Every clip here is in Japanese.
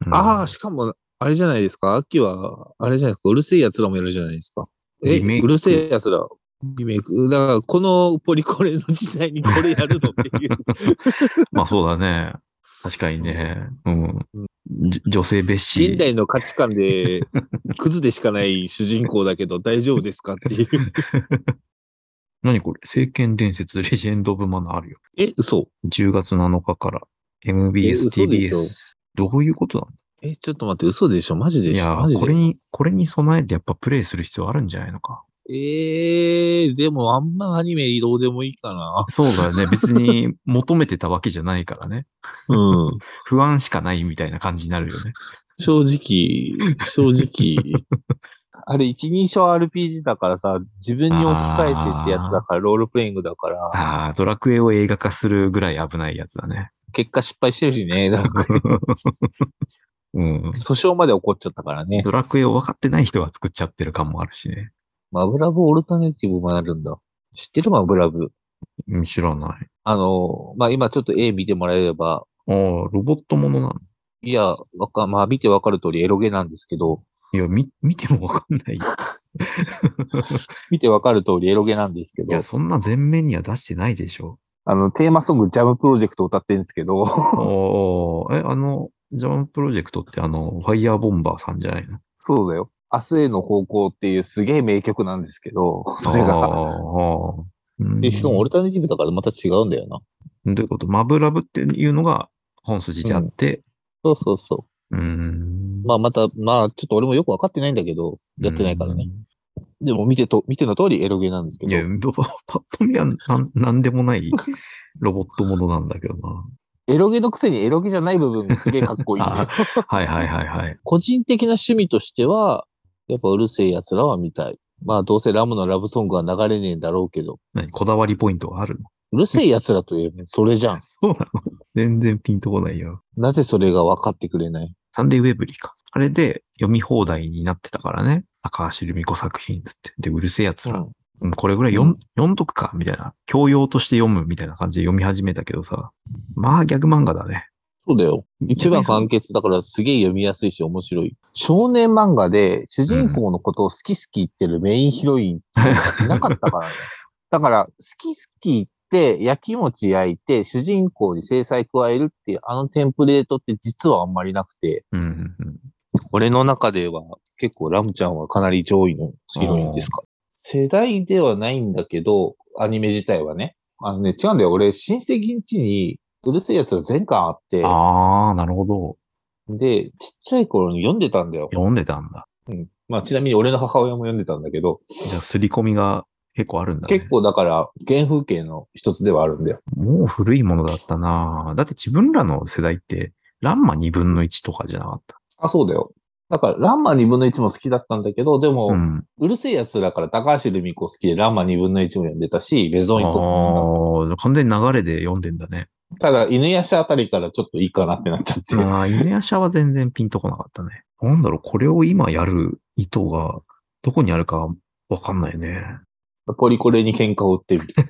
ああ、しかも、あれじゃないですか。秋は、あれじゃないですか。うるせえ奴らもやるじゃないですか。 リメイうるせク。 え奴ら。リメイク。だから、このポリコレの時代にこれやるのっていう。 まあそうだね。確かにうん。 ね。うん。 うん。 女性蔑現代視。 の価値観で、クズでしかない主人公だけど大丈夫ですかっていう。 何これ聖剣伝説レジェンド・オブ・マナーあるよ。 嘘。 10月7日から嘘でしょ。 MBS、TBS。どういうことなんだ？ ちょっと待って、嘘でしょ。マジでしょ。 いやー、 マジで。 これに備えてやっぱプレイする必要あるんじゃないのか。 でもあんまアニメどうでもいいかな。 そうだね。別に求めてたわけじゃないからね。 うん。 不安しかないみたいな感じになるよね。 正直、あれ一人称 RPG だからさ、自分に置き換えてってやつだあから、ロールプレイングだから、 ドラクエを映画化するぐらい危ないやつだね。 結果失敗してるしね、だからうん。 訴訟まで起こっちゃったからね。 ドラクエを分かってない人が作っちゃってる感もあるしね。 マブラブオルタネティブもあるんだ。知ってるマブラブ。 うん知らない。 今ちょっと絵見てもらえれば、 ああ、ロボットものなの？ いや、見てわかる通りエロゲなんですけど、 いや、見ても分かんないよ。 見てわかる通りエロゲなんですけいや、 ど、 そんな前面には出してないでしょ。 テーマソングジャムプロジェクトを歌ってるんですけど、 おー、ジャムプロジェクトってファイヤーボンバーさんじゃないの？ そうだよ。明日への方向っていうすげえ名曲なんですけど、 あそれが。 あ、うで、しかもオん。 ルタネティブだからまた違うんだよな。 どういうこと？マブラブっていうのが本筋であっうん。 て、 そうそうそうーう。 ん、 ちょっと俺もよくわかってないんだけど、 うーやってないからね。 ん。 でも見ての通りエロゲなんですけいや、 ど、 パッと見はなんでもないロボットものなんだけどな。 エロゲのくせにエロゲじゃない部分がすげえかっこいいんだあ、 よ。 はいはいはいはい。 個人的な趣味としては、やっぱうるせえ奴らは見たい。まあどうせラムのラブソングは流れねえんだろうけど、 こだわりポイントがあるの？ うるせえ奴らといえばそれじゃん。 そうなの？全然ピンとこないよ。 なぜそれが分かってくれない？ サンデーウェブリーか。あれで読み放題になってたからね。高橋留美子作品つって。で、うるせえ奴ら。 うん。 これぐらいうん。 読んどくか、みたいな。教養として読むみたいな感じで読み始めたけどさ。まあ、ギャグ漫画だね。 そうだよ。一逆にそう。 番完結だからすげえ読みやすいし面白い。少年漫画で主人うん。 公のことを好き好き言ってるメインヒロインっていうのがいなかったからね。だから、好き好き言って焼き餅焼いて主人公に制裁加えるっていうあのテンプレートって実はあんまりなくて、 うん。うん。 俺の中では結構ラムちゃんはかなり上位のヒロインですか。世代ではないんだけど、アニメ自体はね。違うんだよ。俺、親戚ん家にうるせえやつが全巻あって、 ああ、なるほど。 で、ちっちゃい頃に読んでたんだよ。 読んでたんだ。 うん。まあ、ちなみに俺の母親も読んでたんだけど、 じゃあ、刷り込みが結構あるんだ結ね。 構だから原風景の一つではあるんだよ。 もう古いものだったな。だって自分らの世代って、ランマ2分の1とかじゃなかった？ あ、そうだよ。だから、ランマ2分の1も好きだったんだけど、でも、 うん。 うるせえ奴らから高橋留美子好きでランマ2分の1も読んでたし、レゾンイコも読んだんだよ。 ああ、完全に流れで読んでんだね。 ただ、犬夜叉あたりからちょっといいかなってなっちゃって。 ああ、犬夜叉は全然ピンとこなかったね。なんだろう、これを今やる意図がどこにあるかわかんないね。 ポリコレに喧嘩を売ってみる。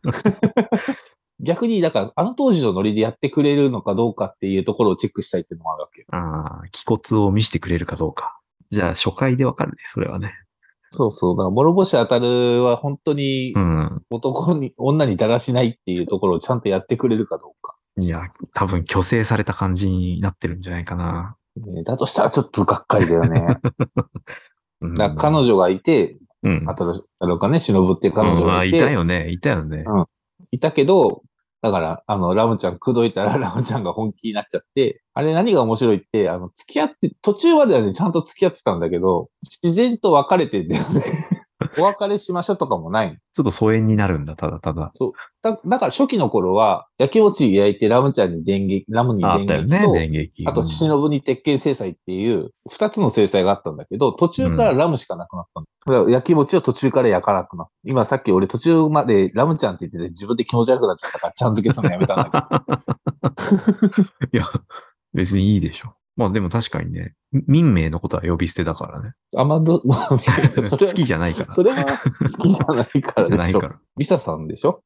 逆に、だから、あの当時のノリでやってくれるのかどうかっていうところをチェックしたいっていうのもあるわけよ。 ああ、気骨を見せてくれるかどうか。じゃあ、初回でわかるね、それはね。 そうそう。だから、諸星あたるは本当にうん。 女にだらしないっていうところをちゃんとやってくれるかどうか。 いや、多分虚勢された感じになってるんじゃないかな。 だとしたらちょっとがっかりだよね。 うだから彼ん。 女がいて、 うん。 あるかね、忍っていう彼女うん。あ、いたがいて、 よね。いたよね。 うん。いたけど、だから、ラムちゃん口説いたらラムちゃんが本気になっちゃって、あれ何が面白いって、付き合って、途中まではね、ちゃんと付き合ってたんだけど、自然と別れてんだよね。お別れしましょうとかもないの。 ちょっと疎遠になるんだ、ただただ。 そう。だから初期の頃は、焼きもち焼いてラムちゃんに電撃、ラムにあ、あっ電たよね、 撃と、 電撃。 あと、 うん。 忍に鉄拳制裁っていう二つの制裁があったんだけど、途中からうん。 ラムしかなくなったの。だから焼きもちを途中から焼かなくなった。今さっき俺途中までラムちゃんって言ってて自分で気持ち悪くなっちゃったからちゃん付けするのやめたんだけど。 いや、別にいいでしょ。まあでも確かにね、民名のことは呼び捨てだからね。 まあ、 好きじゃないから。 それは好きじゃないか好きらでしょ。 じゃないから。 ミサさんでしょ？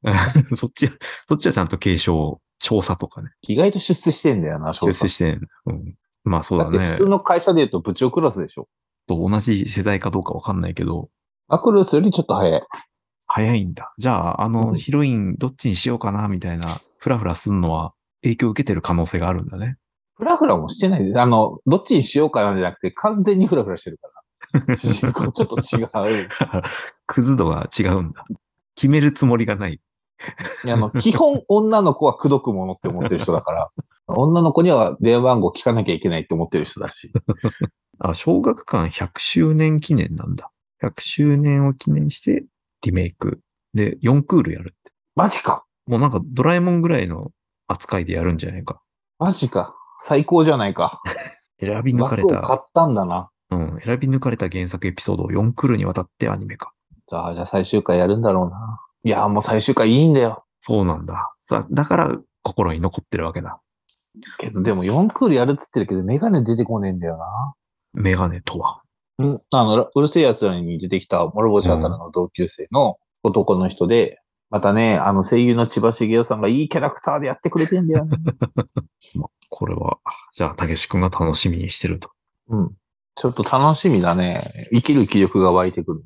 そっちはちゃんと継承、調査とかね。 意外と出世してんだよな、翔出さん。 世してんの。うん。 まあそうだって普だね。 通の会社で言うと部長クラスでしょ。 と同じ世代かどうかわかんないけど、 マクロスよりちょっと早い。 早いんだ。じゃあ、 うん。 ヒロインどっちにしようかな、みたいな、フラフラするのは影響を受けてる可能性があるんだね。 フラフラもしてないで、どっちにしようかなんじゃなくて、完全にフラフラしてるから。主人公ちょっと違う。 クズ度が違うんだ。決めるつもりがない。 基本女の子は口説くものって思ってる人だから、女の子には電話番号聞かなきゃいけないって思ってる人だし。 あ、小学館100周年記念なんだ。100周年を記念してリメイク。で、4クールやるって。 マジか。 もうなんかドラえもんぐらいの扱いでやるんじゃないか。 マジか。最高じゃないか。 選び抜かれた、 枠を買ったんだな。 うん、選び抜かれた原作エピソードを4クールにわたってアニメ化。 じゃあ最終回やるんだろうな。いや、もう最終回いいんだよ。 そうなんだ。だから心に残ってるわけだ。 けど、でも4クールやるっつってるけど、メガネ出てこねえんだよな。 メガネとは。 うるせえ奴らに出てきた諸星あたるの同級生の男の人で、またね、声優の千葉茂雄さんがいいキャラクターでやってくれてんだよね。 これは、じゃあ、たけし君が楽しみにしてると。 うん。ちょっと楽しみだね。生きる気力が湧いてくる。